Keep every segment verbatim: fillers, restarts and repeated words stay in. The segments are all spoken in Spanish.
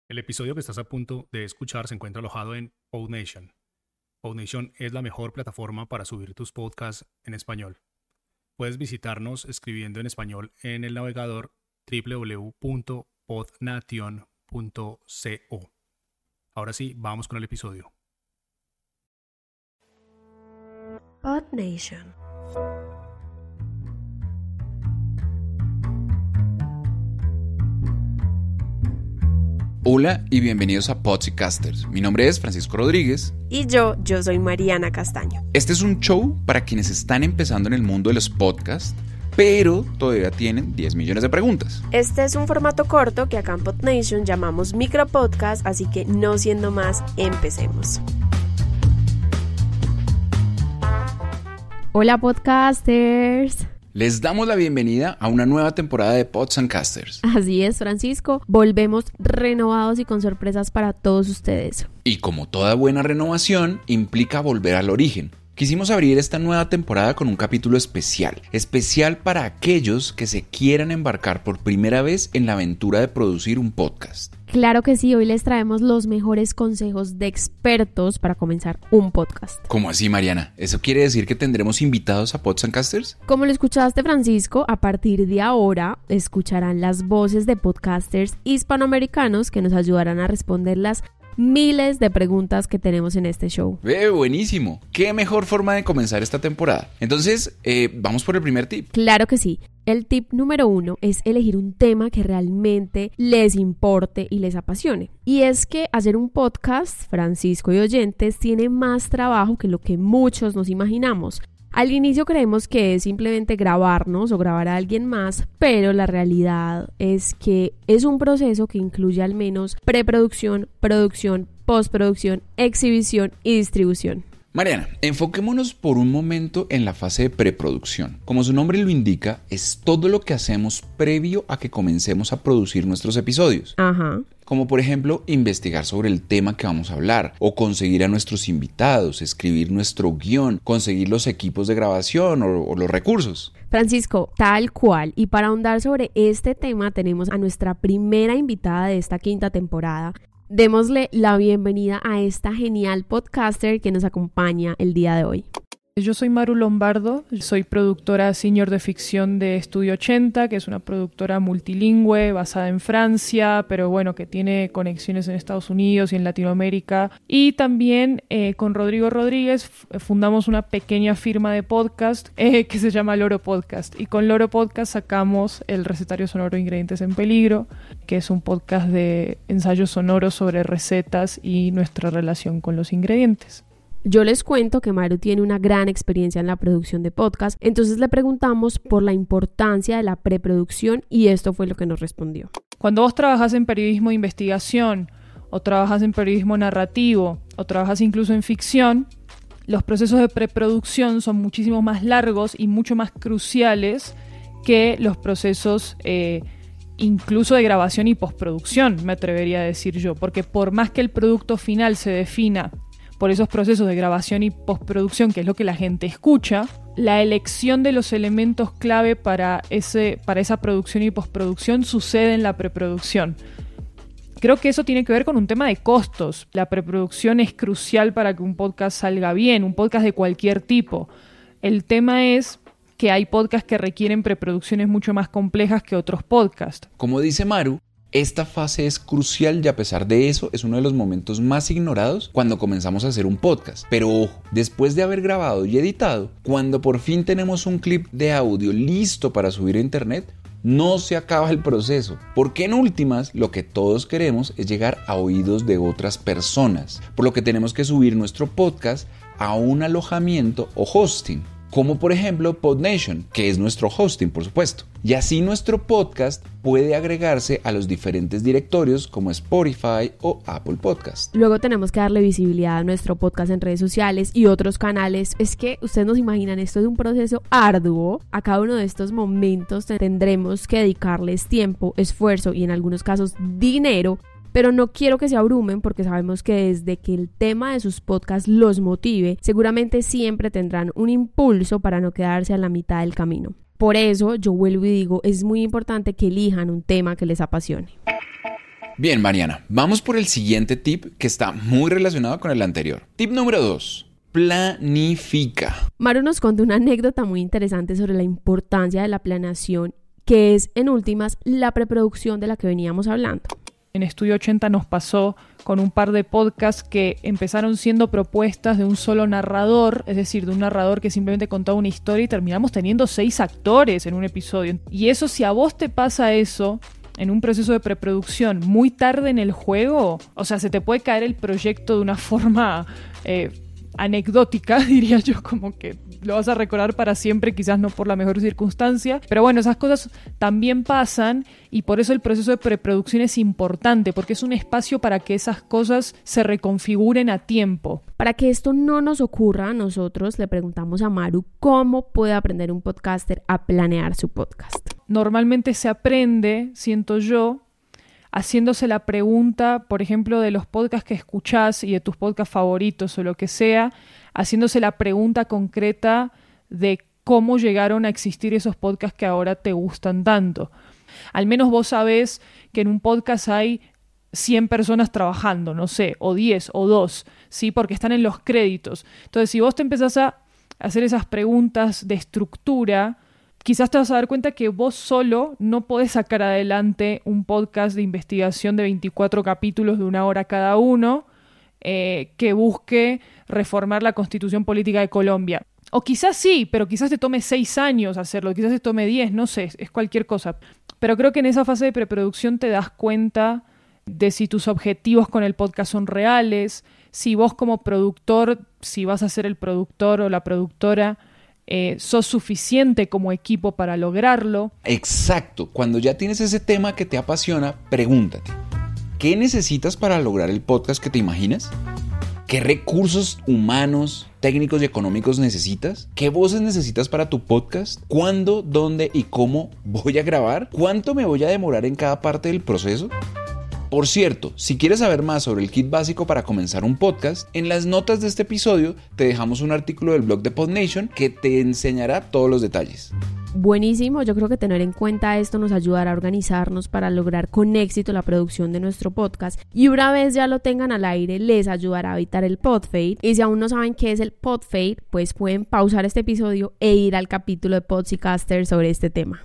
El episodio que estás a punto de escuchar se encuentra alojado en PodNation. PodNation es la mejor plataforma para subir tus podcasts en español. Puedes visitarnos escribiendo en español en el navegador doble u doble u doble u punto podnation punto co. Ahora sí, vamos con el episodio. PodNation. Hola y bienvenidos a Podcasters. Mi nombre es Francisco Rodríguez. Y yo, yo soy Mariana Castaño. Este es un show para quienes están empezando en el mundo de los podcasts, pero todavía tienen diez millones de preguntas. Este es un formato corto que acá en PodNation llamamos micropodcast, así que no siendo más, empecemos. Hola podcasters. Les damos la bienvenida a una nueva temporada de Pods and Casters. Así es, Francisco. Volvemos renovados y con sorpresas para todos ustedes. Y como toda buena renovación, implica volver al origen. Quisimos abrir esta nueva temporada con un capítulo especial. Especial para aquellos que se quieran embarcar por primera vez en la aventura de producir un podcast. Claro que sí, hoy les traemos los mejores consejos de expertos para comenzar un podcast. ¿Cómo así, Mariana? ¿Eso quiere decir que tendremos invitados a Pods and Casters? Como lo escuchaste, Francisco, a partir de ahora escucharán las voces de podcasters hispanoamericanos que nos ayudarán a responder las miles de preguntas que tenemos en este show. ¡Eh, buenísimo! ¡Qué mejor forma de comenzar esta temporada! Entonces, eh, vamos por el primer tip. Claro que sí. El tip número uno es elegir un tema que realmente les importe y les apasione. Y es que hacer un podcast, Francisco y oyentes, tiene más trabajo que lo que muchos nos imaginamos. Al inicio creemos que es simplemente grabarnos o grabar a alguien más, pero la realidad es que es un proceso que incluye al menos preproducción, producción, postproducción, exhibición y distribución. Mariana, enfoquémonos por un momento en la fase de preproducción. Como su nombre lo indica, es todo lo que hacemos previo a que comencemos a producir nuestros episodios. Ajá. Como por ejemplo, investigar sobre el tema que vamos a hablar, o conseguir a nuestros invitados, escribir nuestro guión, conseguir los equipos de grabación o, o los recursos. Francisco, tal cual. Y para ahondar sobre este tema tenemos a nuestra primera invitada de esta quinta temporada. Démosle la bienvenida a esta genial podcaster que nos acompaña el día de hoy. Yo soy Maru Lombardo, soy productora senior de ficción de Estudio ochenta, que es una productora multilingüe basada en Francia, pero bueno, que tiene conexiones en Estados Unidos y en Latinoamérica. Y también eh, con Rodrigo Rodríguez f- fundamos una pequeña firma de podcast eh, que se llama Loro Podcast. Y con Loro Podcast sacamos el recetario sonoro Ingredientes en Peligro, que es un podcast de ensayos sonoros sobre recetas y nuestra relación con los ingredientes. Yo les cuento que Maru tiene una gran experiencia en la producción de podcast, entonces le preguntamos por la importancia de la preproducción y esto fue lo que nos respondió. Cuando vos trabajas en periodismo de investigación o trabajas en periodismo narrativo o trabajas incluso en ficción, los procesos de preproducción son muchísimo más largos y mucho más cruciales que los procesos eh, incluso de grabación y postproducción, me atrevería a decir yo, porque por más que el producto final se defina por esos procesos de grabación y postproducción, que es lo que la gente escucha, la elección de los elementos clave para, ese, para esa producción y postproducción sucede en la preproducción. Creo que eso tiene que ver con un tema de costos. La preproducción es crucial para que un podcast salga bien, un podcast de cualquier tipo. El tema es que hay podcasts que requieren preproducciones mucho más complejas que otros podcasts. Como dice Maru, esta fase es crucial y a pesar de eso es uno de los momentos más ignorados cuando comenzamos a hacer un podcast. Pero ojo, después de haber grabado y editado, cuando por fin tenemos un clip de audio listo para subir a internet, no se acaba el proceso, porque en últimas lo que todos queremos es llegar a oídos de otras personas, por lo que tenemos que subir nuestro podcast a un alojamiento o hosting, como por ejemplo PodNation, que es nuestro hosting, por supuesto. Y así nuestro podcast puede agregarse a los diferentes directorios como Spotify o Apple Podcast. Luego tenemos que darle visibilidad a nuestro podcast en redes sociales y otros canales. Es que ustedes nos imaginan, esto es un proceso arduo. A cada uno de estos momentos tendremos que dedicarles tiempo, esfuerzo y en algunos casos dinero. Pero no quiero que se abrumen porque sabemos que desde que el tema de sus podcasts los motive, seguramente siempre tendrán un impulso para no quedarse a la mitad del camino. Por eso yo vuelvo y digo, es muy importante que elijan un tema que les apasione. Bien, Mariana, vamos por el siguiente tip que está muy relacionado con el anterior. Tip número dos. Planifica. Maru nos contó una anécdota muy interesante sobre la importancia de la planeación, que es, en últimas, la preproducción de la que veníamos hablando. En Estudio ochenta nos pasó con un par de podcasts que empezaron siendo propuestas de un solo narrador, es decir, de un narrador que simplemente contaba una historia y terminamos teniendo seis actores en un episodio. Y eso, si a vos te pasa eso en un proceso de preproducción muy tarde en el juego, o sea, se te puede caer el proyecto de una forma eh, anecdótica, diría yo, como que lo vas a recordar para siempre, quizás no por la mejor circunstancia, pero bueno, esas cosas también pasan y por eso el proceso de preproducción es importante, porque es un espacio para que esas cosas se reconfiguren a tiempo. Para que esto no nos ocurra, nosotros le preguntamos a Maru cómo puede aprender un podcaster a planear su podcast. Normalmente se aprende, siento yo, haciéndose la pregunta, por ejemplo, de los podcasts que escuchás y de tus podcasts favoritos o lo que sea, haciéndose la pregunta concreta de cómo llegaron a existir esos podcasts que ahora te gustan tanto. Al menos vos sabés que en un podcast hay cien personas trabajando, no sé, o diez o dos, ¿sí? Porque están en los créditos. Entonces, si vos te empezás a hacer esas preguntas de estructura, quizás te vas a dar cuenta que vos solo no podés sacar adelante un podcast de investigación de veinticuatro capítulos de una hora cada uno eh, que busque reformar la Constitución Política de Colombia. O quizás sí, pero quizás te tome seis años hacerlo, quizás te tome diez, no sé, es cualquier cosa. Pero creo que en esa fase de preproducción te das cuenta de si tus objetivos con el podcast son reales, si vos como productor, si vas a ser el productor o la productora, Eh, sos suficiente como equipo para lograrlo. Exacto, cuando ya tienes ese tema que te apasiona, pregúntate, ¿qué necesitas para lograr el podcast que te imaginas? ¿Qué recursos humanos, técnicos y económicos necesitas? ¿Qué voces necesitas para tu podcast? ¿Cuándo, dónde y cómo voy a grabar? ¿Cuánto me voy a demorar en cada parte del proceso? Por cierto, si quieres saber más sobre el kit básico para comenzar un podcast, en las notas de este episodio te dejamos un artículo del blog de PodNation que te enseñará todos los detalles. Buenísimo, yo creo que tener en cuenta esto nos ayudará a organizarnos para lograr con éxito la producción de nuestro podcast y una vez ya lo tengan al aire les ayudará a evitar el podfade y si aún no saben qué es el podfade, pues pueden pausar este episodio e ir al capítulo de Podcaster sobre este tema.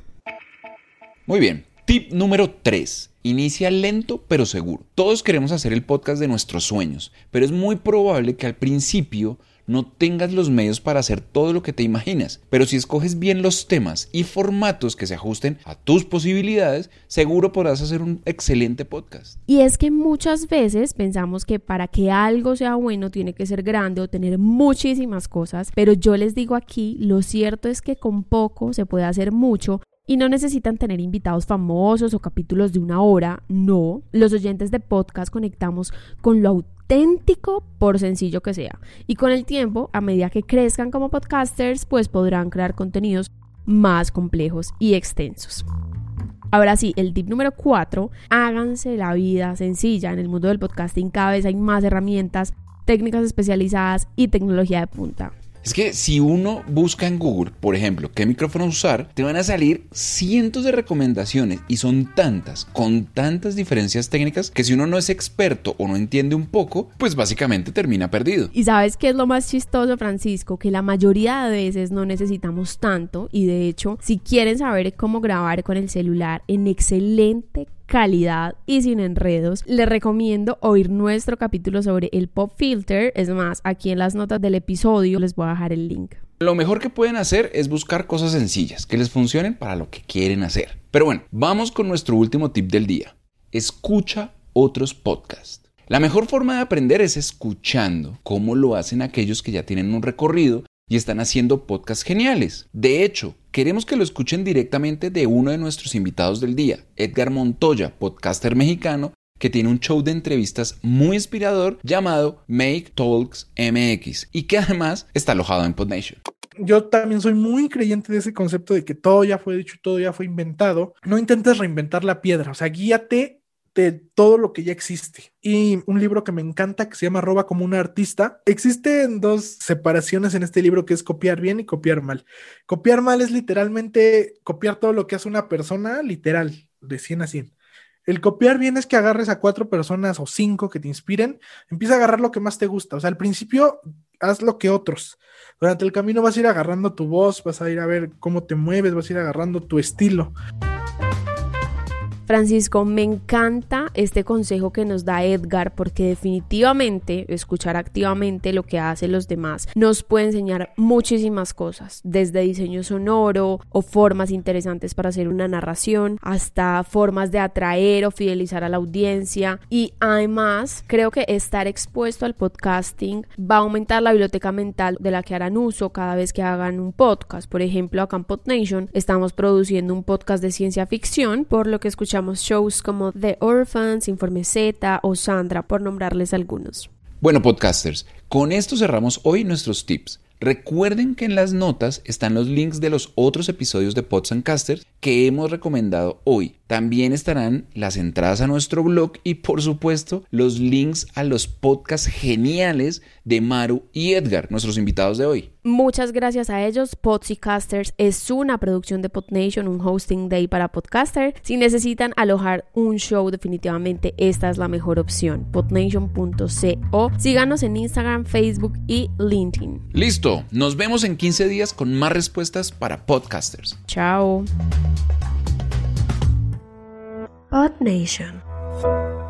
Muy bien, tip número tres. Inicia lento pero seguro. Todos queremos hacer el podcast de nuestros sueños, pero es muy probable que al principio no tengas los medios para hacer todo lo que te imaginas. Pero si escoges bien los temas y formatos que se ajusten a tus posibilidades, seguro podrás hacer un excelente podcast. Y es que muchas veces pensamos que para que algo sea bueno tiene que ser grande o tener muchísimas cosas, pero yo les digo aquí, lo cierto es que con poco se puede hacer mucho. Y no necesitan tener invitados famosos o capítulos de una hora, no. Los oyentes de podcast conectamos con lo auténtico por sencillo que sea. Y con el tiempo, a medida que crezcan como podcasters, pues podrán crear contenidos más complejos y extensos. Ahora sí, el tip número cuatro, háganse la vida sencilla. En el mundo del podcasting cada vez hay más herramientas, técnicas especializadas y tecnología de punta. Es que si uno busca en Google, por ejemplo, qué micrófono usar, te van a salir cientos de recomendaciones y son tantas, con tantas diferencias técnicas que si uno no es experto o no entiende un poco, pues básicamente termina perdido. Y ¿sabes qué es lo más chistoso, Francisco? Que la mayoría de veces no necesitamos tanto y de hecho, si quieren saber cómo grabar con el celular en excelente calidad y sin enredos, les recomiendo oír nuestro capítulo sobre el pop filter. Es más, aquí en las notas del episodio les voy a dejar el link. Lo mejor que pueden hacer es buscar cosas sencillas que les funcionen para lo que quieren hacer. Pero bueno, vamos con nuestro último tip del día. Escucha otros podcasts. La mejor forma de aprender es escuchando cómo lo hacen aquellos que ya tienen un recorrido y están haciendo podcasts geniales. De hecho, queremos que lo escuchen directamente de uno de nuestros invitados del día, Edgar Montoya, podcaster mexicano, que tiene un show de entrevistas muy inspirador llamado Make Talks M X y que además está alojado en PodNation. Yo también soy muy creyente de ese concepto de que todo ya fue dicho, todo ya fue inventado. No intentes reinventar la piedra, o sea, guíate de todo lo que ya existe. Y un libro que me encanta que se llama Roba como un artista. Existen dos separaciones en este libro que es copiar bien y copiar mal. Copiar mal es literalmente copiar todo lo que hace una persona, literal, de cien a cien. El copiar bien es que agarres a cuatro personas o cinco que te inspiren, empieza a agarrar lo que más te gusta. O sea, al principio haz lo que otros. Durante el camino vas a ir agarrando tu voz, vas a ir a ver cómo te mueves, vas a ir agarrando tu estilo. Francisco, me encanta este consejo que nos da Edgar porque definitivamente escuchar activamente lo que hacen los demás nos puede enseñar muchísimas cosas, desde diseño sonoro o formas interesantes para hacer una narración hasta formas de atraer o fidelizar a la audiencia, y además creo que estar expuesto al podcasting va a aumentar la biblioteca mental de la que harán uso cada vez que hagan un podcast. Por ejemplo, acá en PodNation estamos produciendo un podcast de ciencia ficción, por lo que escuchamos shows como The Orphans, Informe Z o Sandra, por nombrarles algunos. Bueno, podcasters, con esto cerramos hoy nuestros tips. Recuerden que en las notas están los links de los otros episodios de Pods and Casters que hemos recomendado hoy. También estarán las entradas a nuestro blog y, por supuesto, los links a los podcasts geniales de Maru y Edgar, nuestros invitados de hoy. Muchas gracias a ellos. Pods y Casters es una producción de PodNation, un hosting day para podcaster. Si necesitan alojar un show, definitivamente esta es la mejor opción. podnation punto co. Síganos en Instagram, Facebook y LinkedIn. Listo, nos vemos en quince días con más respuestas para podcasters. Chao. PodNation.